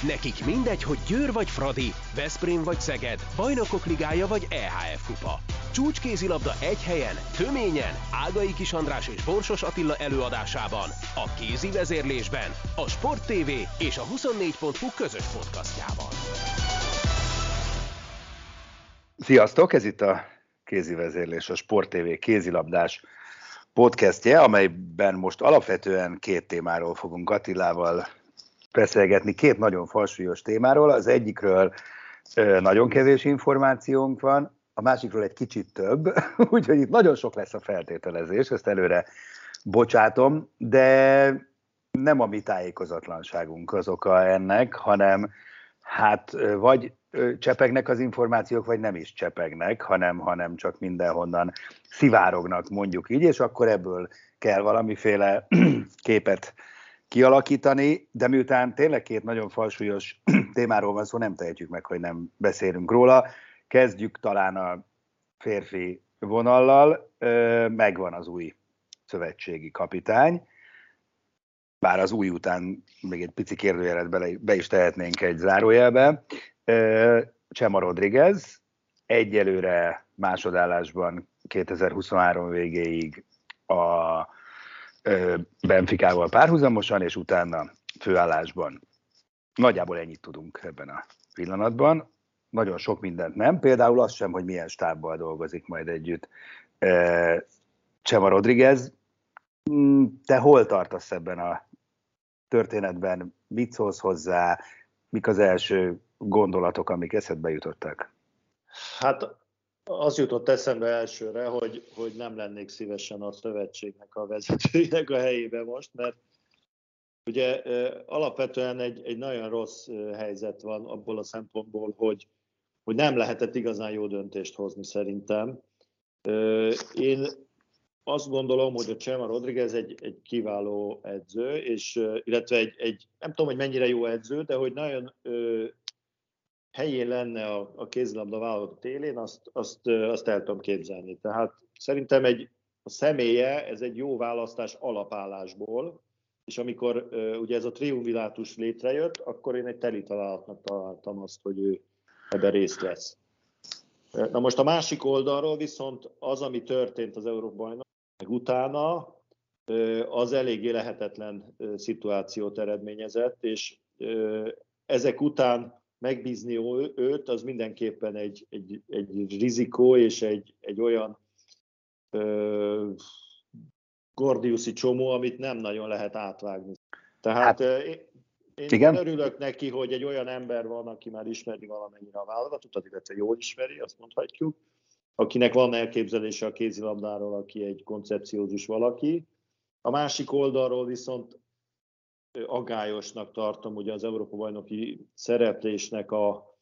Nekik mindegy, hogy Győr vagy Fradi, Veszprém vagy Szeged, Bajnokok Ligája vagy EHF Kupa. Csúcskézilabda egy helyen, töményen, Ágai Kis András és Borsos Attila előadásában, a kézi vezérlésben, a Sport TV és a 24.hu közös podcastjában. Sziasztok, ez itt a kézi vezérlés, a Sport TV kézilabdás podcastje, amelyben most alapvetően két témáról fogunk Attilával beszélgetni, két nagyon falsúlyos témáról. Az egyikről nagyon kevés információnk van, a másikról egy kicsit több, úgyhogy itt nagyon sok lesz a feltételezés, ezt előre bocsátom, de nem a mi tájékozatlanságunk az oka ennek, hanem hát vagy csepegnek az információk, vagy nem is csepegnek, hanem csak mindenhonnan szivárognak, mondjuk így, és akkor ebből kell valamiféle képet kialakítani, de miután tényleg két nagyon falsúlyos témáról van szó, nem tehetjük meg, hogy nem beszélünk róla. Kezdjük talán a férfi vonallal, megvan az új szövetségi kapitány, bár az új után még egy pici kérdőjelet be is tehetnénk egy zárójelbe. Chema Rodriguez egyelőre másodállásban 2023 végéig a Benficával párhuzamosan, és utána főállásban. Nagyjából ennyit tudunk ebben a pillanatban. Nagyon sok mindent nem. Például az sem, hogy milyen stábbal dolgozik majd együtt Chema Rodriguez. Te hol tartasz ebben a történetben? Mit szólsz hozzá? Mik az első gondolatok, amik eszedbe jutottak? Hát az jutott eszembe elsőre, hogy nem lennék szívesen a szövetségnek a vezetőinek a helyébe most, mert ugye alapvetően egy nagyon rossz helyzet van abból a szempontból, hogy nem lehetett igazán jó döntést hozni szerintem. Én azt gondolom, hogy a Chema Rodriguez egy kiváló edző, és illetve egy nem tudom, hogy mennyire jó edző, de hogy nagyon helyén lenne a kézilabda válogatott élén, azt el tudom képzelni. Tehát szerintem a személye, ez egy jó választás alapállásból, és amikor ugye ez a triumvirátus létrejött, akkor én egy teli találatnak találtam azt, hogy ő ebben részt vesz. Na most a másik oldalról viszont az, ami történt az Európa-bajnokság utána, az eléggé lehetetlen szituációt eredményezett, és ezek után megbízni őt, az mindenképpen egy rizikó, és egy olyan gordiuszi csomó, amit nem nagyon lehet átvágni. Tehát én örülök neki, hogy egy olyan ember van, aki már ismeri valamennyire a válogatot, illetve jól ismeri, azt mondhatjuk, akinek van elképzelése a kézilabdáról, aki egy koncepciózus valaki. A másik oldalról viszont aggályosnak tartom ugye az Európa-bajnoki szereplésnek a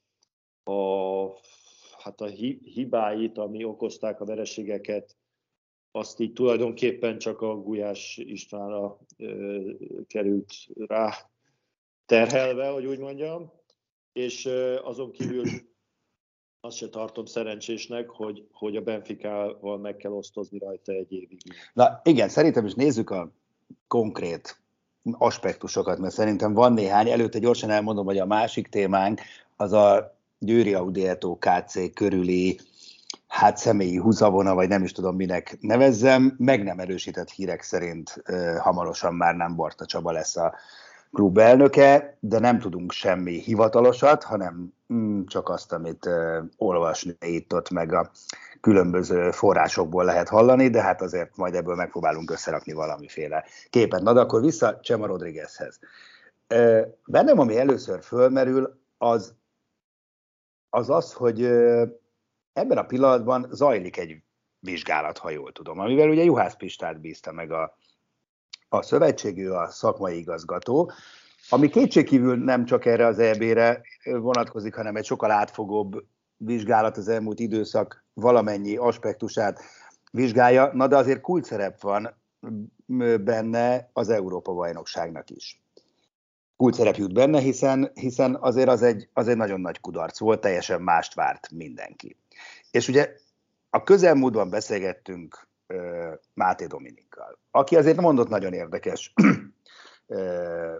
hibáit, ami okozták a vereségeket, azt így tulajdonképpen csak a Gulyás Istvánra került rá terhelve, hogy úgy mondjam, és azon kívül azt se tartom szerencsésnek, hogy a Benficával meg kell osztozni rajta egy évig. Na igen, szerintem is nézzük a konkrét aspektusokat, mert szerintem van néhány. Előtte gyorsan elmondom, hogy a másik témánk az a Győri Audietto KC körüli személyi húzavona, vagy nem is tudom minek nevezzem, meg nem erősített hírek szerint hamarosan már nem Barta Csaba lesz a klub elnöke, de nem tudunk semmi hivatalosat, hanem csak azt, amit olvasni itt-ott, meg a különböző forrásokból lehet hallani, de hát azért majd ebből megpróbálunk összerakni valamiféle képet. Na de akkor vissza Chema Rodriguezhez. Bennem, ami először fölmerül, az, hogy ebben a pillanatban zajlik egy vizsgálat, ha jól tudom, amivel ugye Juhász Pistát bízta meg a szövetség, ő a szakmai igazgató, ami kétségkívül nem csak erre az EB-re vonatkozik, hanem egy sokkal átfogóbb vizsgálat, az elmúlt időszak valamennyi aspektusát vizsgálja, na de azért kulcsszerep van benne az Európa-bajnokságnak is. Kulcsszerep jut benne, hiszen azért az egy nagyon nagy kudarc volt, teljesen mást várt mindenki. És ugye a közelmúltban beszélgettünk Máté Dominikkal, aki azért mondott nagyon érdekes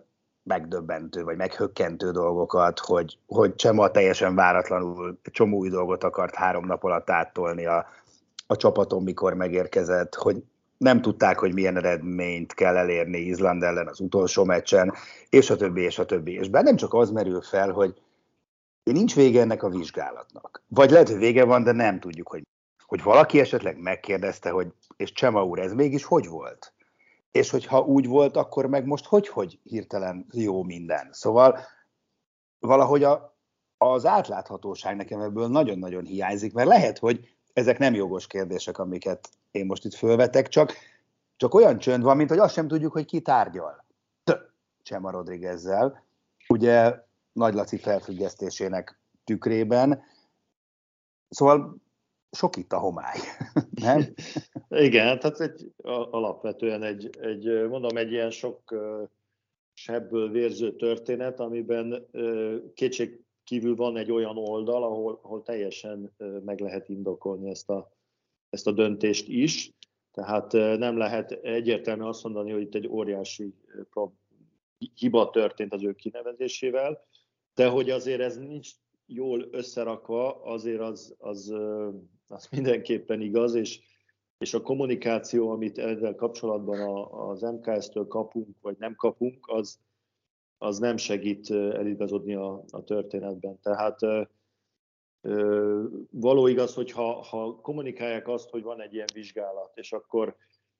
megdöbbentő, vagy meghökkentő dolgokat, hogy Csema teljesen váratlanul egy csomó új dolgot akart 3 nap alatt áttolni a csapaton, mikor megérkezett, hogy nem tudták, hogy milyen eredményt kell elérni Izland ellen az utolsó meccsen, és a többi, és a többi. És bennem csak az merül fel, hogy nincs vége ennek a vizsgálatnak. Vagy lehet, hogy vége van, de nem tudjuk, hogy valaki esetleg megkérdezte, hogy és Csema úr, ez mégis hogy volt? És hogyha úgy volt, akkor meg most hogy hirtelen jó minden. Szóval valahogy az átláthatóság nekem ebből nagyon-nagyon hiányzik, mert lehet, hogy ezek nem jogos kérdések, amiket én most itt fölvetek, csak olyan csönd van, mint hogy azt sem tudjuk, hogy ki tárgyal. Chema Rodriguezzel, ugye Nagy Laci felfüggesztésének tükrében. Szóval sok itt a homály, nem? Igen, tehát alapvetően egy ilyen sok sebből vérző történet, amiben kétség kívül van egy olyan oldal, ahol teljesen meg lehet indokolni ezt a döntést is. Tehát nem lehet egyértelműen azt mondani, hogy itt egy óriási hiba történt az ő kinevezésével, de hogy azért ez nincs jól összerakva, azért az mindenképpen igaz, és a kommunikáció, amit ezzel kapcsolatban az MKS-től kapunk, vagy nem kapunk, az nem segít eligazodni a történetben. Tehát való igaz, hogy ha kommunikálják azt, hogy van egy ilyen vizsgálat, és akkor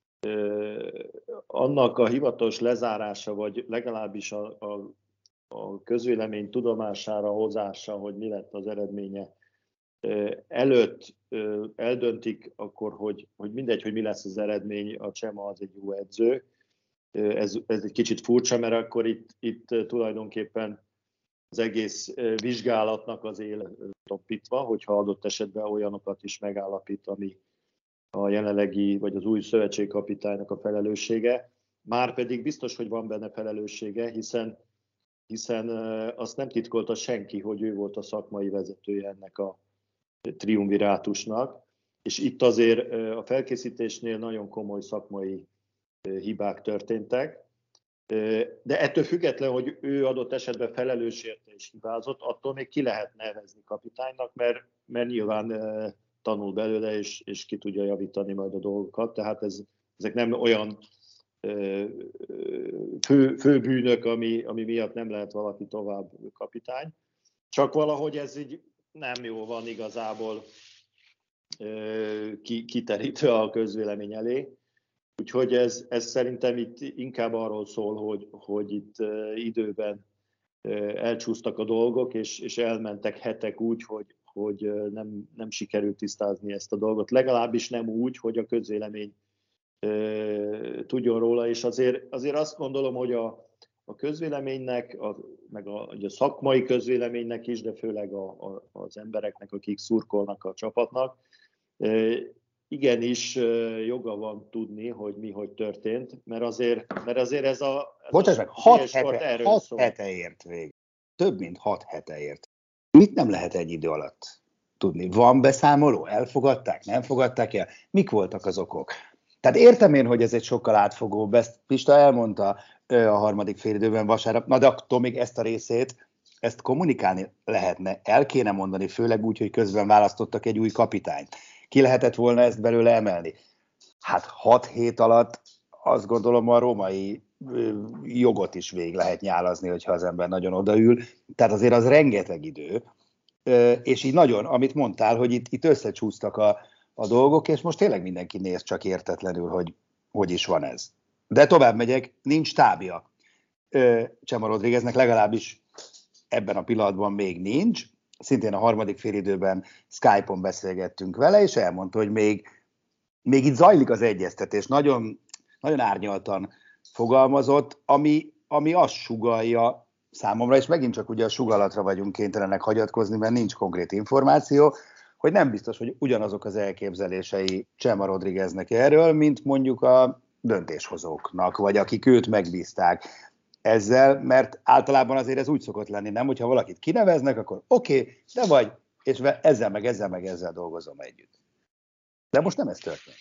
annak a hivatalos lezárása, vagy legalábbis a közvélemény tudomására hozása, hogy mi lett az eredménye, előtt eldöntik akkor, hogy mindegy, hogy mi lesz az eredmény, a Csema az egy jó edző. Ez egy kicsit furcsa, mert akkor itt tulajdonképpen az egész vizsgálatnak az éle toppítva, hogyha adott esetben olyanokat is megállapít, ami a jelenlegi vagy az új szövetségkapitánynak a felelőssége. Márpedig biztos, hogy van benne felelőssége, hiszen azt nem titkolta senki, hogy ő volt a szakmai vezetője ennek a triumvirátusnak, és itt azért a felkészítésnél nagyon komoly szakmai hibák történtek, de ettől függetlenül, hogy ő adott esetben felelős érte és hibázott, attól még ki lehet nevezni kapitánynak, mert nyilván tanul belőle, és ki tudja javítani majd a dolgokat, tehát ezek nem olyan fő bűnök, ami miatt nem lehet valaki tovább kapitány, csak valahogy ez így nem jó van igazából kiterítve a közvélemény elé. Úgyhogy ez szerintem itt inkább arról szól, hogy itt időben elcsúsztak a dolgok, és elmentek hetek úgy, hogy nem sikerült tisztázni ezt a dolgot. Legalábbis nem úgy, hogy a közvélemény tudjon róla, és azért azt gondolom, hogy a közvéleménynek, meg a szakmai közvéleménynek is, de főleg az embereknek, akik szurkolnak a csapatnak, igenis joga van tudni, hogy mi hogy történt, mert azért ez a... Bocsáss meg, 6 hete ért végig. Több mint 6 hete ért. Mit nem lehet egy idő alatt tudni? Van beszámoló? Elfogadták? Nem fogadták el? Mik voltak az okok? Tehát értem én, hogy ez egy sokkal átfogóbb, ezt Pista elmondta a harmadik félidőben vasárnap, na de attól még ezt a részét, ezt kommunikálni lehetne, el kéne mondani, főleg úgy, hogy közben választottak egy új kapitányt. Ki lehetett volna ezt belőle emelni? Hát 6 hét alatt azt gondolom a római jogot is végig lehet nyálazni, hogyha az ember nagyon odaül. Tehát azért az rengeteg idő. És így nagyon, amit mondtál, hogy itt összecsúsztak a dolgok, és most tényleg mindenki néz csak értetlenül, hogy is van ez. De tovább megyek, nincs tábja. Chema Rodrigueznek legalábbis ebben a pillanatban még nincs. Szintén a harmadik félidőben Skype-on beszélgettünk vele, és elmondta, hogy még itt zajlik az egyeztetés. Nagyon, nagyon árnyaltan fogalmazott, ami azt sugallja számomra, és megint csak ugye a sugallatra vagyunk kénytelenek hagyatkozni, mert nincs konkrét információ, hogy nem biztos, hogy ugyanazok az elképzelései Chema Rodrigueznek erről, mint mondjuk a döntéshozóknak, vagy akik őt megbízták ezzel, mert általában azért ez úgy szokott lenni, nem? Hogyha valakit kineveznek, akkor oké, de vagy, és ezzel dolgozom együtt. De most nem ez történt.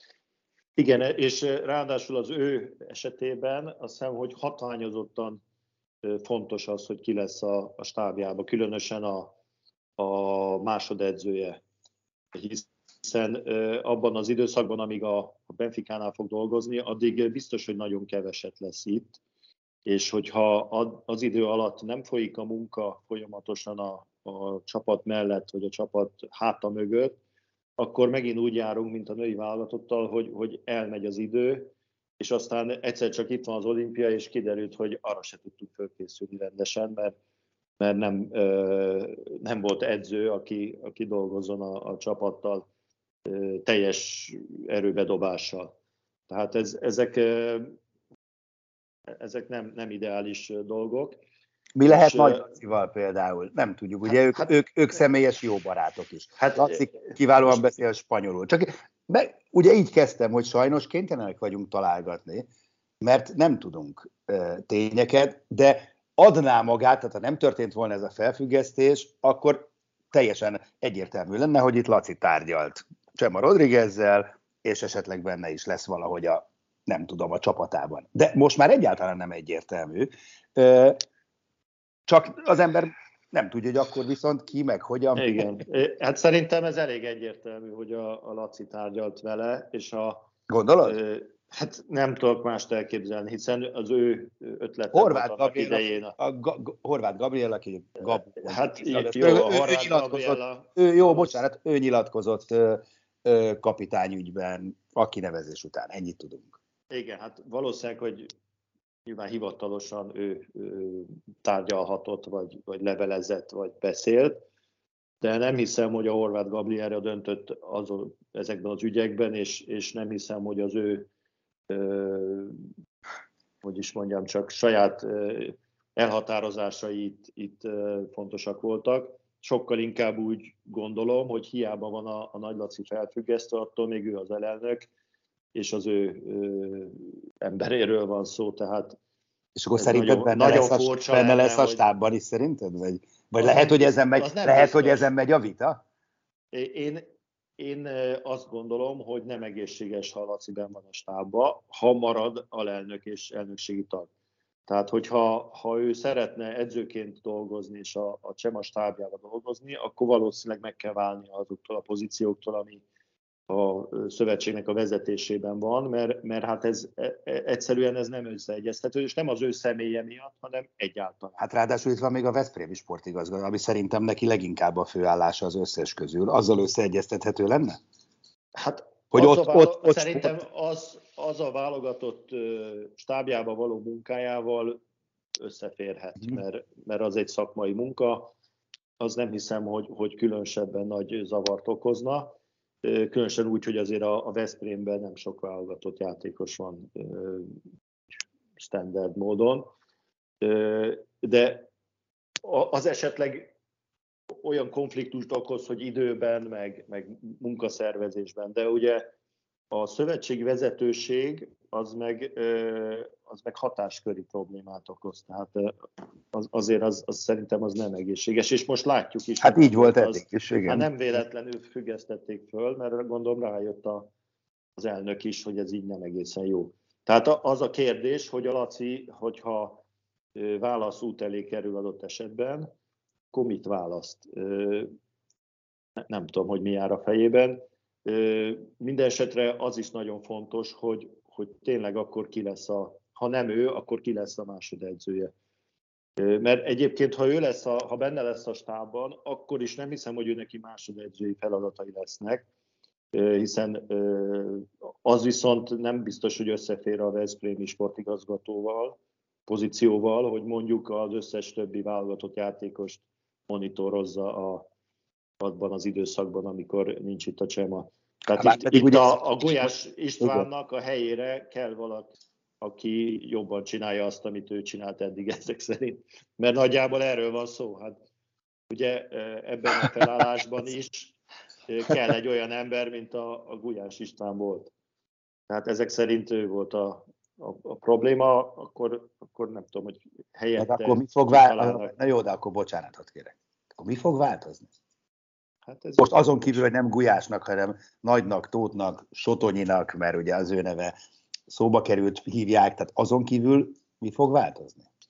Igen, és ráadásul az ő esetében azt hiszem, hogy hatványozottan fontos az, hogy ki lesz a stábjában, különösen a másodedzője. Hiszen abban az időszakban, amíg a Benficánál fog dolgozni, addig biztos, hogy nagyon keveset lesz itt, és hogyha az idő alatt nem folyik a munka folyamatosan a csapat mellett, vagy a csapat háta mögött, akkor megint úgy járunk, mint a női válogatottal, hogy elmegy az idő, és aztán egyszer csak itt van az olimpia, és kiderült, hogy arra se tudtuk fölkészülni rendesen, mert nem volt edző, aki dolgozzon a csapattal teljes erőbedobással. Tehát ezek nem ideális dolgok. Mi lehet Nagy Lacival például? Nem tudjuk, ugye ők személyes jó barátok is. Laci kiválóan beszél spanyolul. Csak ugye így kezdtem, hogy sajnos kénytelenek vagyunk találgatni, mert nem tudunk tényeket, de adná magát, tehát ha nem történt volna ez a felfüggesztés, akkor teljesen egyértelmű lenne, hogy itt Laci tárgyalt Chema Rodriguezzel, és esetleg benne is lesz valahogy a csapatában. De most már egyáltalán nem egyértelmű. Csak az ember nem tudja, hogy akkor viszont ki, meg hogyan. Igen. Hát szerintem ez elég egyértelmű, hogy a Laci tárgyalt vele, és Gondolod? Hát nem tudok mást elképzelni, hiszen az ő ötlete Horváth idején. Horváth Gabriel, aki hát jó, a Horváth Gabriel. Ő nyilatkozott kapitányügyben a kinevezés után. Ennyit tudunk. Igen, hát valószínűleg, hogy nyilván hivatalosan ő tárgyalhatott, vagy levelezett, vagy beszélt, de nem hiszem, hogy a Horváth Gabrielre döntött ezekben az ügyekben, és nem hiszem, hogy az ő, hogy is mondjam, csak saját elhatározásai itt fontosak voltak. Sokkal inkább úgy gondolom, hogy hiába van a Nagy Laci felfüggesztve, attól még ő az alelnök, és az ő emberéről van szó, tehát... És akkor szerinted benne lesz a stábban is, szerinted? Vagy lehet, hogy ezen megy a vita? Én azt gondolom, hogy nem egészséges, ha Laci benn van a stábban, ha marad alelnök és elnökségi tag. Tehát, hogyha ő szeretne edzőként dolgozni, és a Csema stábjával dolgozni, akkor valószínűleg meg kell válni azoktól a pozícióktól, ami a szövetségnek a vezetésében van, mert hát egyszerűen ez nem összeegyeztető, és nem az ő személye miatt, hanem egyáltalán. Hát ráadásul itt van még a veszprémi sportigazgató, ami szerintem neki leginkább a főállása az összes közül. Azzal összeegyeztethető lenne? Hát hogy ott szerintem az a válogatott stábjába való munkájával összeférhet, mert az egy szakmai munka, az nem hiszem, hogy különösebben nagy zavart okozna. Különösen úgy, hogy azért a Veszprémben nem sok válogatott játékos van standard módon, de az esetleg olyan konfliktust okoz, hogy időben, meg munkaszervezésben, de ugye a szövetségi vezetőség az meg hatásköri problémát okoz, tehát azért az szerintem az nem egészséges, és most látjuk is. Hát így volt eddig is, igen. Hát nem véletlenül függesztették föl, mert gondolom rájött az elnök is, hogy ez így nem egészen jó. Tehát az a kérdés, hogy a Laci, hogyha válaszút elé kerül adott esetben, akkor mit választ? Nem tudom, hogy mi jár a fejében. Minden esetre az is nagyon fontos, hogy tényleg akkor ki lesz ha nem ő, akkor ki lesz a másodedzője. Mert egyébként, ha benne lesz a stábban, akkor is nem hiszem, hogy ő neki másodedzői feladatai lesznek, hiszen az viszont nem biztos, hogy összefér a veszprémi sportigazgatóval, pozícióval, hogy mondjuk az összes többi válogatott játékost monitorozza abban az időszakban, amikor nincs itt a Csema. Tehát itt a Gulyás Istvánnak a helyére kell valaki, aki jobban csinálja azt, amit ő csinált eddig ezek szerint. Mert nagyjából erről van szó. Hát ugye ebben a felállásban is kell egy olyan ember, mint a Gulyás István volt. Tehát ezek szerint ő volt a probléma, akkor nem tudom, hogy helyette... De akkor mi fog változni? Na jó, de akkor bocsánatot kérek. Akkor mi fog változni? Hát ez most azon kívül, hogy nem Gulyásnak, hanem Nagynak, Tóthnak, Sotonyinak, mert ugye az ő neve szóba került, hívják, tehát azon kívül mi fog változni?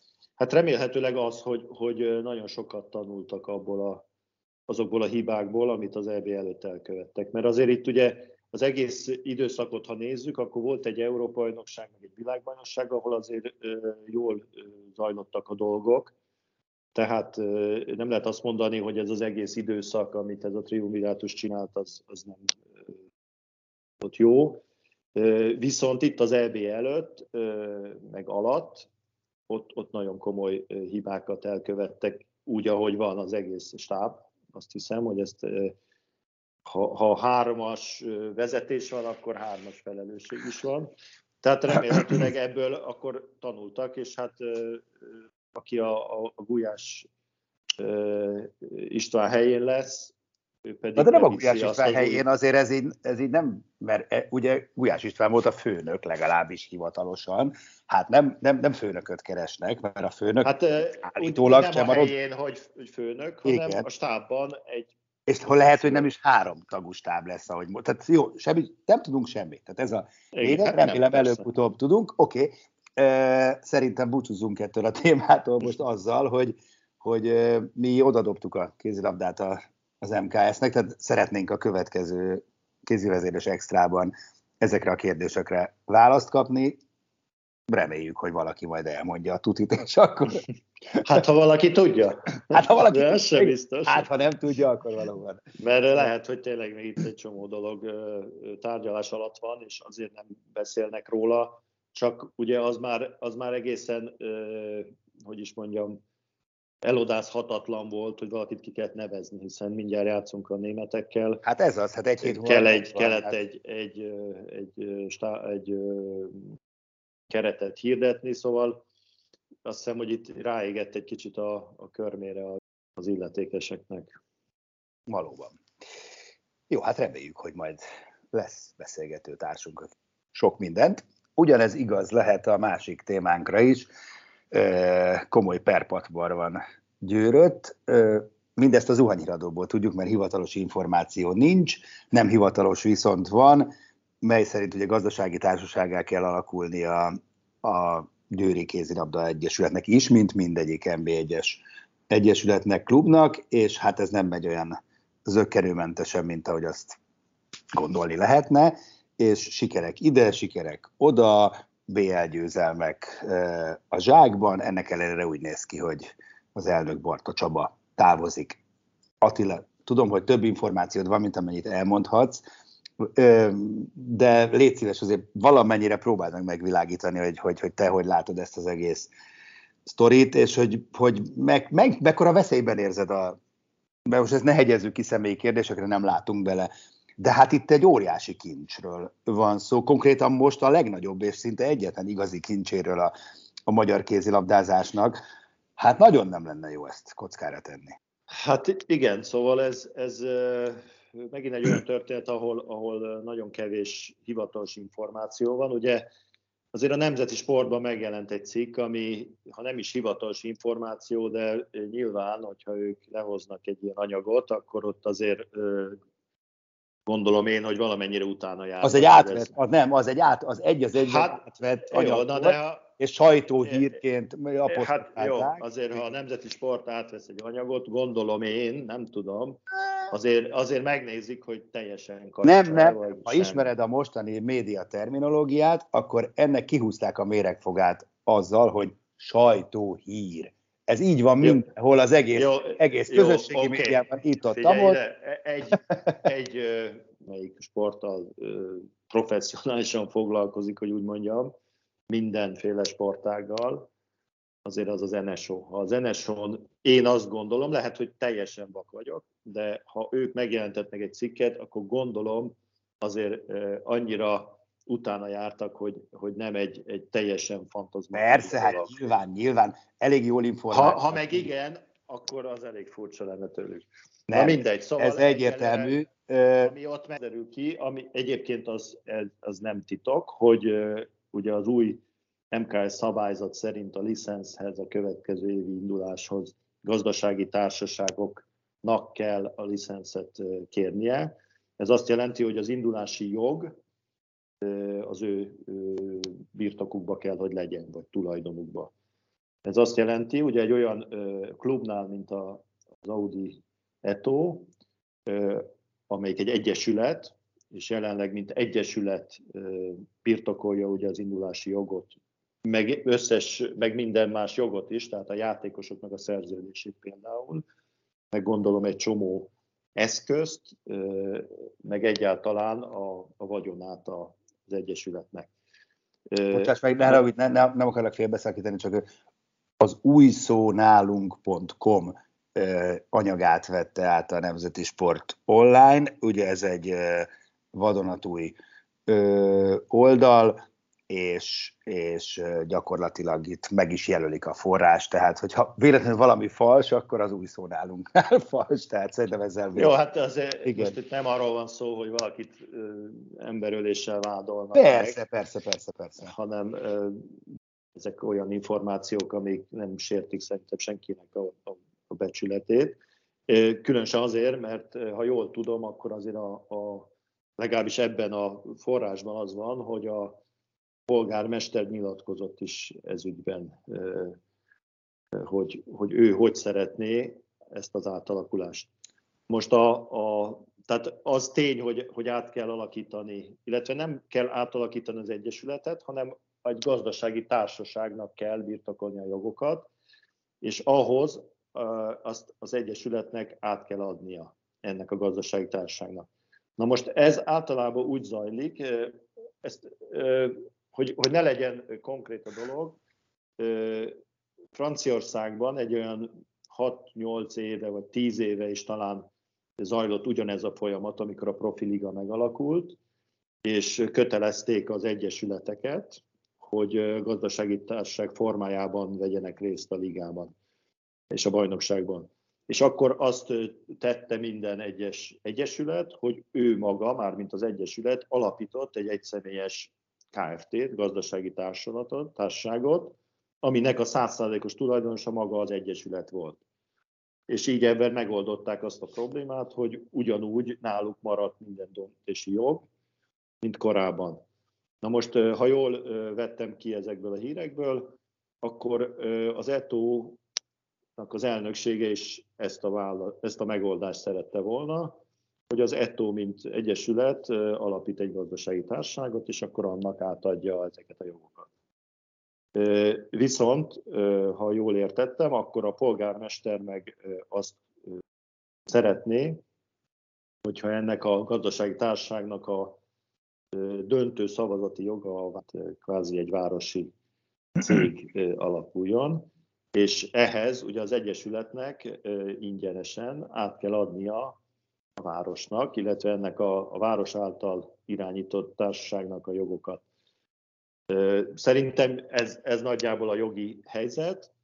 Hát remélhetőleg az, hogy nagyon sokat tanultak azokból a hibákból, amit az EB előtt elkövettek. Mert azért itt ugye az egész időszakot, ha nézzük, akkor volt egy Európa-bajnokság, meg egy világbajnokság, ahol azért jól zajlottak a dolgok. Tehát nem lehet azt mondani, hogy ez az egész időszak, amit ez a triumvirátus csinált, az nem volt jó. Viszont itt az EB előtt, meg alatt, ott nagyon komoly hibákat elkövettek, úgy, ahogy van az egész stáb. Azt hiszem, hogy ezt, ha 3-as vezetés van, akkor 3-as felelősség is van. Tehát remélhetőleg ebből akkor tanultak, és hát aki a Gulyás István helyén lesz, ő pedig... De nem a Gulyás István helyén, azért ez így nem, mert ugye Gulyás István volt a főnök, legalábbis hivatalosan. Hát nem főnököt keresnek, mert a főnök állítólag nem sem a helyén, hogy főnök, hanem igen, a stábban egy... És lehet, hogy nem is 3 tagú stáb lesz, ahogy mondta. Tehát jó, nem tudunk semmit. Tehát ez a lényeg, remélem előbb-utóbb tudunk. Oké. Szerintem búcsúzzunk ettől a témától most azzal, hogy mi odadobtuk a kézilabdát az MKS-nek, tehát szeretnénk a következő kézivezérlés extrában ezekre a kérdésekre választ kapni. Reméljük, hogy valaki majd elmondja a tutit, és akkor... Hát, ha valaki tudja. Hát, ha valaki tudja, sem biztos. Hát, ha nem tudja, akkor valóban. Mert lehet, hogy tényleg még itt egy csomó dolog tárgyalás alatt van, és azért nem beszélnek róla, csak ugye az már egészen, hogy is mondjam, elodázhatatlan volt, hogy valakit ki kellett nevezni, hiszen mindjárt játszunk a németekkel. Hát ez az, hát egy hét kellett egy keretet hirdetni, szóval azt hiszem, hogy itt ráégett egy kicsit a körmére az illetékeseknek. Valóban. Jó, hát reméljük, hogy majd lesz beszélgető társunk sok mindent. Ugyanez igaz lehet a másik témánkra is. Komoly perpatbar van Győrött. Mindezt az zuhanyhíradóból tudjuk, mert hivatalos információ nincs, nem hivatalos viszont van, mely szerint ugye gazdasági társasággá kell alakulni a Győri Kézilabda Egyesületnek is, mint mindegyik NB1-es egyesületnek, klubnak, és hát ez nem megy olyan zökkenőmentesen, mint ahogy azt gondolni lehetne, és sikerek ide, sikerek oda, BL győzelmek a zsákban, ennek ellenére úgy néz ki, hogy az elnök Barta Csaba távozik. Attila, tudom, hogy több információd van, mint amennyit elmondhatsz, de légy szíves, azért valamennyire próbáld meg megvilágítani, hogy te hogy látod ezt az egész sztorit, és hogy mekkora veszélyben érzed mert most ezt ne hegyezzük ki személyi kérdésekre, nem látunk bele, de hát itt egy óriási kincsről van szó, konkrétan most a legnagyobb és szinte egyetlen igazi kincséről a magyar kézilabdázásnak. Hát nagyon nem lenne jó ezt kockára tenni. Hát igen, szóval ez megint egy olyan történet, ahol nagyon kevés hivatalos információ van. Ugye azért a Nemzeti Sportban megjelent egy cikk, ami, ha nem is hivatalos információ, de nyilván, hogyha ők lehoznak egy ilyen anyagot, akkor ott azért gondolom én, hogy valamennyire utána járnak. Az egy átvett, az egyben átvett anyag volt, és sajtóhírként hát jó, azért ha a Nemzeti Sport átvesz egy anyagot, gondolom én, nem tudom, azért megnézik, hogy teljesen kapcsolat. Nem, ha sem. Ismered a mostani média terminológiát, akkor ennek kihúzták a méregfogát azzal, hogy sajtóhír. Ez így van mindenhol az egész közösségi médiában, itt-ott. Melyik sporttal professzionálisan foglalkozik, hogy úgy mondjam, mindenféle sportággal, azért az NSO. Ha az NSO-n én azt gondolom, lehet, hogy teljesen vak vagyok, de ha ők megjelentetnek egy cikket, akkor gondolom azért annyira utána jártak, hogy nem egy teljesen fantazmatikus. Persze, hát nyilván, elég jól informáltak. Ha meg igen, akkor az elég furcsa lenne tőlük. Nem, na mindegy, szóval ez egyértelmű. Ami ott megderül ki, ami egyébként az nem titok, hogy ugye az új MKS szabályzat szerint a licenszhez, a következő évi induláshoz gazdasági társaságoknak kell a licenszet kérnie. Ez azt jelenti, hogy az indulási jog az ő birtokukba kell, hogy legyen, vagy tulajdonukba. Ez azt jelenti, ugye egy olyan klubnál, mint az Audi Eto, amelyik egy egyesület, és jelenleg mint egyesület birtokolja ugye az indulási jogot, meg minden más jogot is, tehát a játékosoknak a szerződését például, meg gondolom egy csomó eszközt, meg egyáltalán a vagyonát az egyesületnek. Bocsáss meg, nem akarok félbeszakítani, csak az újszónálunk.com anyagát vette át a Nemzeti Sport Online. Ugye ez egy vadonatúj oldal, és gyakorlatilag itt meg is jelölik a forrás, tehát hogyha véletlenül valami fals, akkor az újszónálunknál fals, tehát szerintem ezzel... Jó, hát azért most itt nem arról van szó, hogy valakit emberöléssel vádolnak Persze. Hanem ezek olyan információk, amik nem sértik szerintem senkinek a becsületét. Különösen azért, mert ha jól tudom, akkor azért legalábbis ebben a forrásban az van, hogy a polgármester nyilatkozott is ez ügyben, hogy ő hogy szeretné ezt az átalakulást. Most tehát az tény, hogy át kell alakítani, illetve nem kell átalakítani az egyesületet, hanem egy gazdasági társaságnak kell birtokolni a jogokat, és ahhoz azt az egyesületnek át kell adnia ennek a gazdasági társaságnak. Na most ez általában úgy zajlik, hogy ne legyen konkrét a dolog. Franciaországban egy olyan 6-8 éve vagy 10 éve is talán zajlott ugyanez a folyamat, amikor a profiliga megalakult, és kötelezték az egyesületeket, hogy gazdasági társaság formájában vegyenek részt a ligában és a bajnokságban. És akkor azt tette minden egyes egyesület, hogy ő maga, mármint az egyesület alapított egy egyszemélyes Kft-t, gazdasági társaságot, aminek a 100%-os tulajdonosa maga az egyesület volt. És így ebben megoldották azt a problémát, hogy ugyanúgy náluk maradt minden döntési jog, mint korábban. Na most, ha jól vettem ki ezekből a hírekből, akkor az ETO-nak az elnöksége is ezt a megoldást szerette volna, hogy az ETO, mint egyesület alapít egy gazdasági társaságot, és akkor annak átadja ezeket a jogokat. Viszont, ha jól értettem, akkor a polgármester meg azt szeretné, hogyha ennek a gazdasági társaságnak a döntő szavazati joga, kvázi egy városi cég alakuljon, és ehhez ugye az egyesületnek ingyenesen át kell adnia a városnak, illetve ennek a város által irányított társaságnak a jogokat. Szerintem ez nagyjából a jogi helyzet.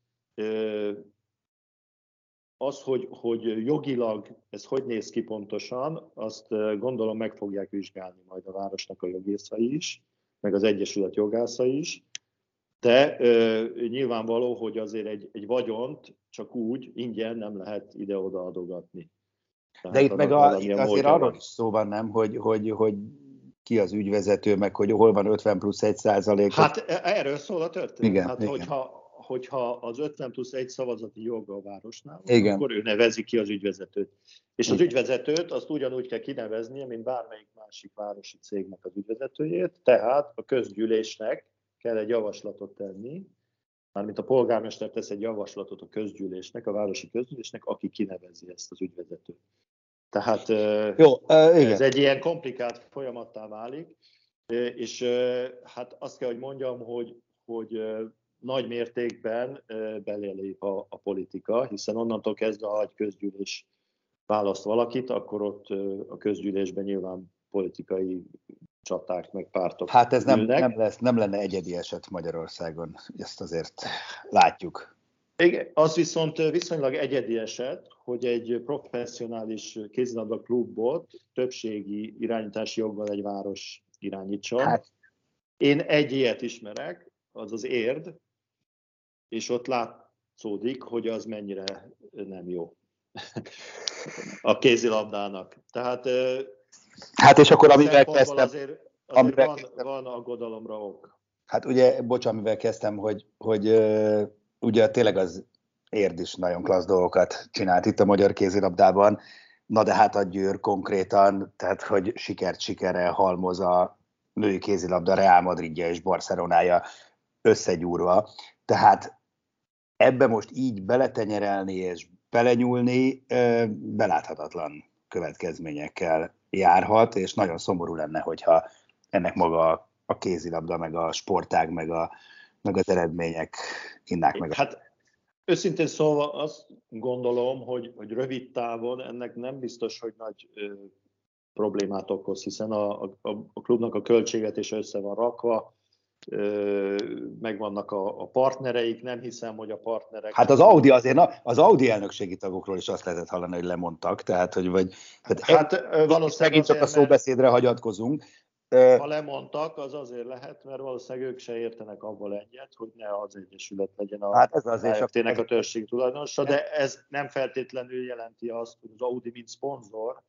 Az, hogy jogilag ez hogy néz ki pontosan, azt gondolom meg fogják vizsgálni majd a városnak a jogászai is, meg az egyesület jogászai is, de nyilvánvaló, hogy azért egy vagyont csak úgy ingyen nem lehet ide-oda adogatni. Tehát de itt meg itt azért arról is szó van, nem, hogy ki az ügyvezető, meg hogy hol van 50+1%. Hát erről szól a történet. Igen, hát igen. Hogyha az 50+1 szavazati joga a városnál, igen. akkor ő nevezi ki az ügyvezetőt. És igen. Az ügyvezetőt azt ugyanúgy kell kineveznie, mint bármelyik másik városi cégnek az ügyvezetőjét, tehát a közgyűlésnek kell egy javaslatot tenni, mármint a polgármester tesz egy javaslatot a közgyűlésnek, a városi közgyűlésnek, aki kinevezi ezt az ügyvezetőt. Tehát jó, ez egy ilyen komplikált folyamattá válik, és hát azt kell, hogy mondjam, hogy nagy mértékben belelép a politika, hiszen onnantól kezdve, ha egy közgyűlés választ valakit, akkor ott a közgyűlésben nyilván politikai csaták meg pártok. Hát ez nem lenne egyedi eset Magyarországon, ezt azért látjuk. Igen, az viszont viszonylag egyedi eset, hogy egy professzionális kézilabda klubot többségi irányítási joggal egy város irányítson. Hát. Én egy ilyet ismerek, az az Érd, és ott látszódik, hogy az mennyire nem jó a kézilabdának. Tehát hát és akkor amivel kezdtem... Azért van aggodalomra ok. Hát ugye, amivel kezdtem, hogy ugye tényleg az Érd is nagyon klassz dolgokat csinált itt a magyar kézilabdában, na de hát a Győr konkrétan, tehát hogy sikert sikerrel halmoz a női kézilabda Real Madridja és Barcelonája összegyúrva, tehát ebbe most így beletenyerelni és belenyúlni beláthatatlan következményekkel járhat, és nagyon szomorú lenne, hogyha ennek maga a kézilabda, meg a sportág, meg az eredmények innák meg. Hát őszintén szólva azt gondolom, hogy rövid távon ennek nem biztos, hogy nagy problémát okoz, hiszen a klubnak a költségvetése össze van rakva, megvannak a partnereik, nem hiszem, hogy a partnerek... Hát az Audi azért, az Audi elnökségi tagokról is azt lehetett hallani, hogy lemondtak, tehát hogy valószínűleg megint csak a szóbeszédre hagyatkozunk. Ha lemondtak, az azért lehet, mert valószínűleg ők se értenek abból egyet, hogy ne az Egyesület legyen a KFT-nek a törzség tulajdonosa, de ez nem feltétlenül jelenti azt, hogy az Audi mint szponzor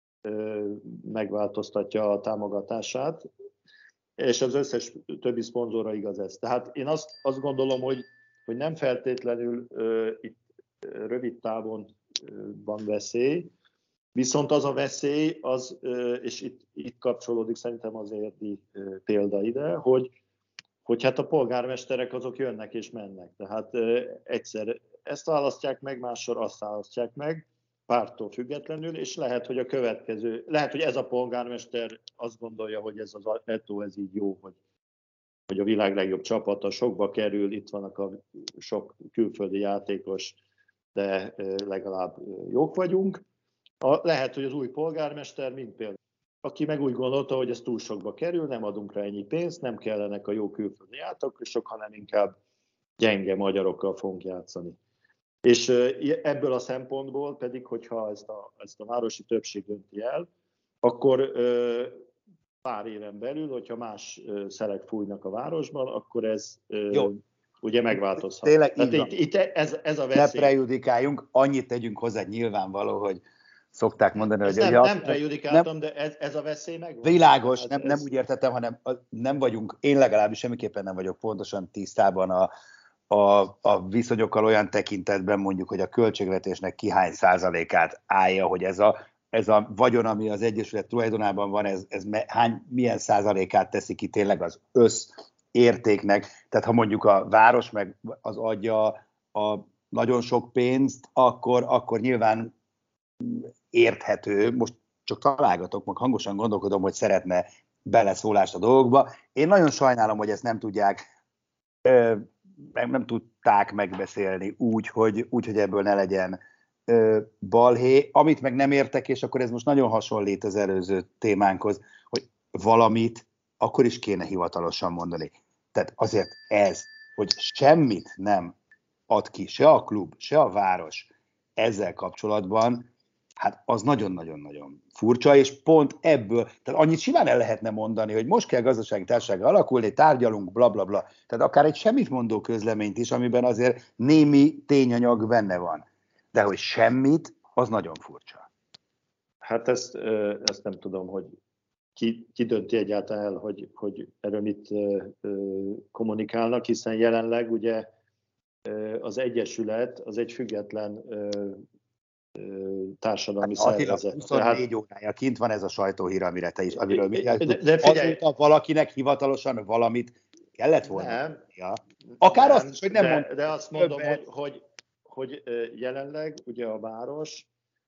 megváltoztatja a támogatását, és az összes többi szponzorra igaz ez. Tehát én azt gondolom, hogy nem feltétlenül itt rövid távon van veszély, viszont az a veszély, és itt kapcsolódik szerintem az érdi példa ide, hogy hát a polgármesterek azok jönnek és mennek. Tehát egyszer ezt választják meg, másszor azt választják meg, pártól függetlenül, és lehet, hogy ez a polgármester azt gondolja, hogy ez az Eto, ez így jó, hogy a világ legjobb csapata sokba kerül, itt vannak a sok külföldi játékos, de legalább jók vagyunk. Lehet, hogy az új polgármester, mint például, aki meg úgy gondolta, hogy ez túl sokba kerül, nem adunk rá ennyi pénzt, nem kellenek a jó külföldi játékosok, hanem inkább gyenge magyarokkal fogunk játszani. És ebből a szempontból pedig, hogyha ezt a városi többség dönti el, akkor pár éven belül, hogyha más szelek fújnak a városban, akkor ez ugye megváltozhat. Tényleg tehát itt ez a veszély. Ne prejudikáljunk, annyit tegyünk hozzá nyilvánvaló, hogy szokták mondani, hogy... Nem prejudikáltam, de ez a veszély megvan. Világos, nem úgy értettem, hanem nem vagyunk, én legalábbis semmiképpen nem vagyok pontosan tisztában a viszonyokkal olyan tekintetben, mondjuk, hogy a költségvetésnek ki hány százalékát állja, hogy ez a vagyon, ami az Egyesület tulajdonában van, ez milyen százalékát teszi ki tényleg az összértéknek. Tehát ha mondjuk a város meg az adja a nagyon sok pénzt, akkor nyilván érthető, most csak találgatok, meg hangosan gondolkodom, hogy szeretne beleszólást a dolgokba. Én nagyon sajnálom, hogy ezt nem tudták megbeszélni úgy, hogy ebből ne legyen balhé. Amit meg nem értek, és akkor ez most nagyon hasonlít az előző témánkhoz, hogy valamit akkor is kéne hivatalosan mondani. Tehát azért ez, hogy semmit nem ad ki, se a klub, se a város ezzel kapcsolatban, hát az nagyon-nagyon-nagyon furcsa, és pont ebből, tehát annyit simán el lehetne mondani, hogy most kell gazdasági társaságra alakulni, tárgyalunk, blablabla. Bla, bla. Tehát akár egy semmit mondó közleményt is, amiben azért némi tényanyag benne van. De hogy semmit, az nagyon furcsa. Hát ezt nem tudom, hogy ki dönti egyáltalán el, hogy erről mit kommunikálnak, hiszen jelenleg ugye az Egyesület az egy független társadalmi szervezet. 24 órája kint van ez a sajtóhír, amiről de figyelj, valakinek hivatalosan valamit kellett volna. Nem. Akár nem, azt is, hogy nem mondta. De azt mondom, hogy jelenleg ugye a városnak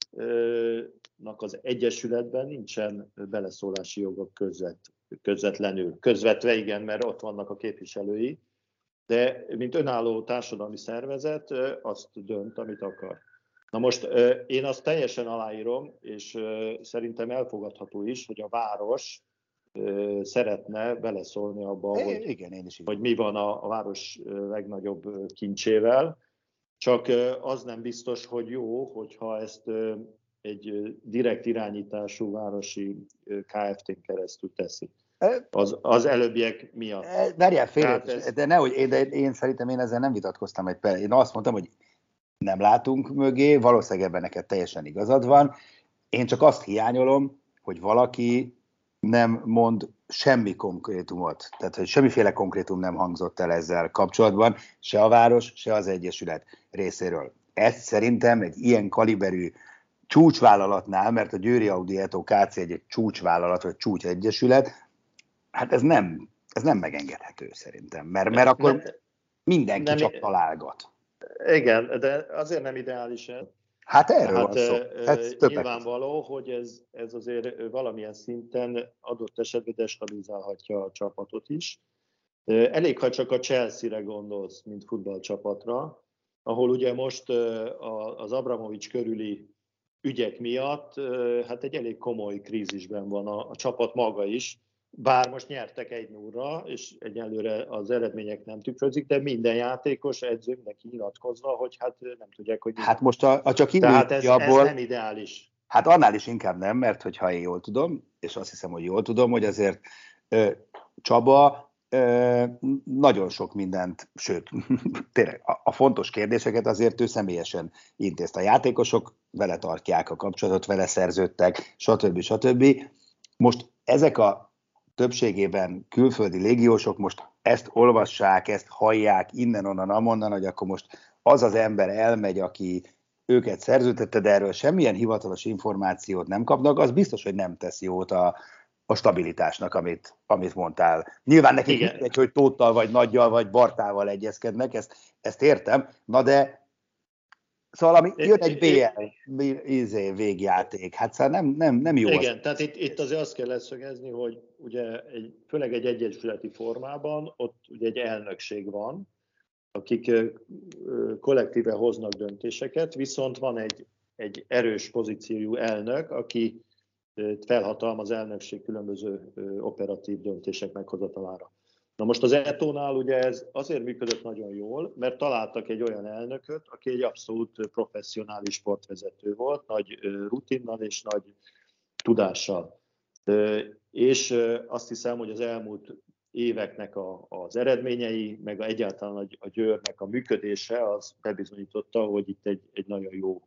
az Egyesületben nincsen beleszólási jogok közvetlenül. Közvetve igen, mert ott vannak a képviselői, de mint önálló társadalmi szervezet azt dönt, amit akar. Na most én azt teljesen aláírom, és szerintem elfogadható is, hogy a város szeretne beleszólni abba, hogy mi van a város legnagyobb kincsével. Csak az nem biztos, hogy jó, hogyha ezt egy direkt irányítású városi KFT-n keresztül teszi. Az előbbiek miatt. Várjál félre, de nehogy, én szerintem én ezzel nem vitatkoztam egy perc. Én azt mondtam, hogy nem látunk mögé, valószínűleg ebben neked teljesen igazad van. Én csak azt hiányolom, hogy valaki nem mond semmi konkrétumot, tehát hogy semmiféle konkrétum nem hangzott el ezzel kapcsolatban, se a város, se az egyesület részéről. Ez szerintem egy ilyen kaliberű csúcsvállalatnál, mert a Győri Audi Eto Kc. Egy csúcsvállalat, vagy csúcsegyesület, hát ez nem megengedhető szerintem, mert akkor mindenki csak találgat. Igen, de azért nem ideális ez. Hát erről van szó. Nyilvánvaló, hogy ez azért valamilyen szinten adott esetben destabilizálhatja a csapatot is. Elég, ha csak a Chelsea-re gondolsz, mint futballcsapatra, ahol ugye most az Abramovics körüli ügyek miatt hát egy elég komoly krízisben van a csapat maga is, bár most nyertek 1-0-ra, és egyelőre az eredmények nem tükrözik, de minden játékos, edző, mindenki nyilatkozva, hogy hát nem tudják, hogy... Hát most csak tehát ez nem ideális. Hát annál is inkább nem, mert hogyha én jól tudom, és azt hiszem, hogy jól tudom, hogy azért Csaba nagyon sok mindent, sőt, tényleg a fontos kérdéseket azért ő személyesen intézte. A játékosok vele tartják a kapcsolatot, vele szerződtek, stb. Most ezek a többségében külföldi légiósok most ezt olvassák, ezt hallják innen-onnan, amonnan, hogy akkor most az az ember elmegy, aki őket szerződtette, de erről semmilyen hivatalos információt nem kapnak, az biztos, hogy nem tesz jót a stabilitásnak, amit mondtál. Nyilván nekik mindegy, hogy Tóttal, vagy Nagyjal, vagy Bartával egyezkednek, ezt értem, na de szóval jön egy BL végjáték, hát szóval nem jó. Igen, tehát itt azért azt kell leszögezni, hogy ugye főleg egy egyesületi formában ott ugye egy elnökség van, akik kollektíve hoznak döntéseket, viszont van egy erős pozíciójú elnök, aki felhatalmaz elnökség különböző operatív döntések meghozatalára. Na most az Etónál ugye ez azért működött nagyon jól, mert találtak egy olyan elnököt, aki egy abszolút professzionális sportvezető volt, nagy rutinnal és nagy tudással. És azt hiszem, hogy az elmúlt éveknek az eredményei, meg egyáltalán a Győrnek a működése az bebizonyította, hogy itt egy nagyon jó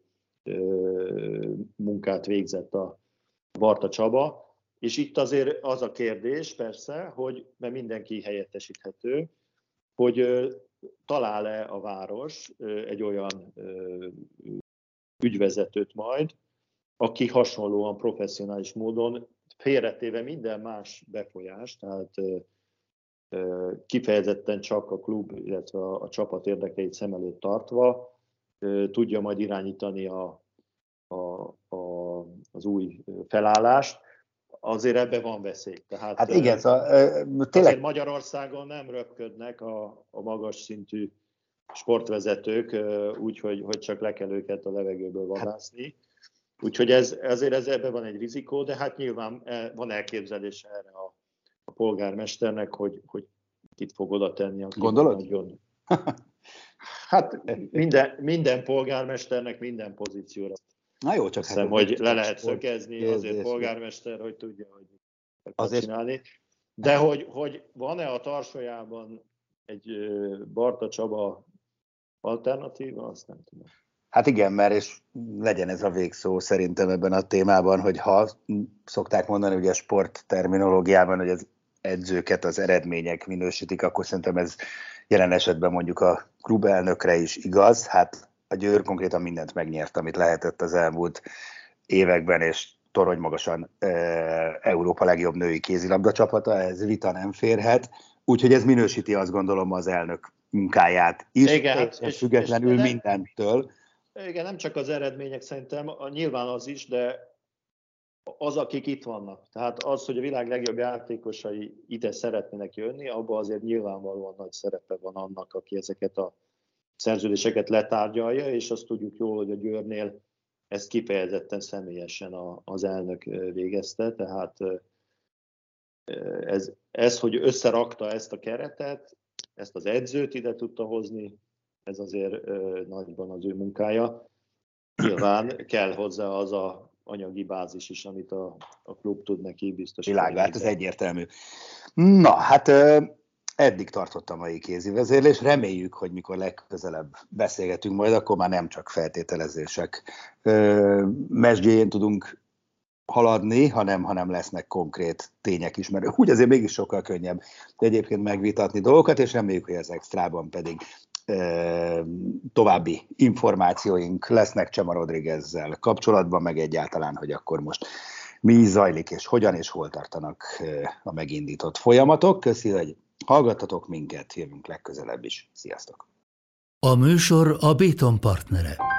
munkát végzett a Barta Csaba. És itt azért az a kérdés persze, mert mindenki helyettesíthető, hogy talál-e a város egy olyan ügyvezetőt majd, aki hasonlóan professzionális módon félretéve minden más befolyást, tehát kifejezetten csak a klub, illetve a csapat érdekeit szem előtt tartva tudja majd irányítani az új felállást. Azért ebben van veszély. Tehát, hát igen, tényleg Magyarországon nem röpködnek a magas szintű sportvezetők, úgyhogy csak le kell őket a levegőből vadászni. Úgyhogy ezért ebben van egy rizikó, de hát nyilván van elképzelése erre a polgármesternek, hogy kit fog oda tenni. Gondolod? Nagyon... Hát minden polgármesternek minden pozícióra. Na jó, csak hiszem, hogy le lehet szögezni azért polgármester, hogy tudja, hogy kell csinálni. De hogy van-e a tarsójában egy Barta Csaba alternatíva, azt nem tudom. Hát igen, mert és legyen ez a végszó szerintem ebben a témában, hogy ha szokták mondani ugye a sport terminológiában, hogy az edzőket az eredmények minősítik, akkor szerintem ez jelen esetben mondjuk a klubelnökre is igaz. Hát a Győr konkrétan mindent megnyert, amit lehetett az elmúlt években, és torony magasan Európa legjobb női kézilabda csapata, ez vita nem férhet. Úgyhogy ez minősíti, azt gondolom, az elnök munkáját is, igen, és függetlenül mindentől. Igen, nem csak az eredmények szerintem, nyilván az is, de az, akik itt vannak. Tehát az, hogy a világ legjobb játékosai ide szeretnének jönni, abban azért nyilvánvalóan nagy szerepe van annak, aki ezeket a szerződéseket letárgyalja, és azt tudjuk jól, hogy a Győrnél ezt kifejezetten személyesen az elnök végezte, tehát ez, hogy összerakta ezt a keretet, ezt az edzőt ide tudta hozni, ez azért nagyban az ő munkája. Nyilván kell hozzá az a anyagi bázis is, amit a klub tud neki biztosítani. Világát, ez egyértelmű. Na, hát eddig tartott a mai kézivezérlés. Reméljük, hogy mikor legközelebb beszélgetünk majd, akkor már nem csak feltételezések mesdjéjén tudunk haladni, hanem lesznek konkrét tények is, mert úgy azért mégis sokkal könnyebb egyébként megvitatni dolgokat, és reméljük, hogy az extrában pedig további információink lesznek Csema Rodriguezzel kapcsolatban, meg egyáltalán, hogy akkor most mi zajlik, és hogyan és hol tartanak a megindított folyamatok. Köszi, hogy hallgattatok minket, jövünk legközelebb is. Sziasztok! A műsor a Béton partnere.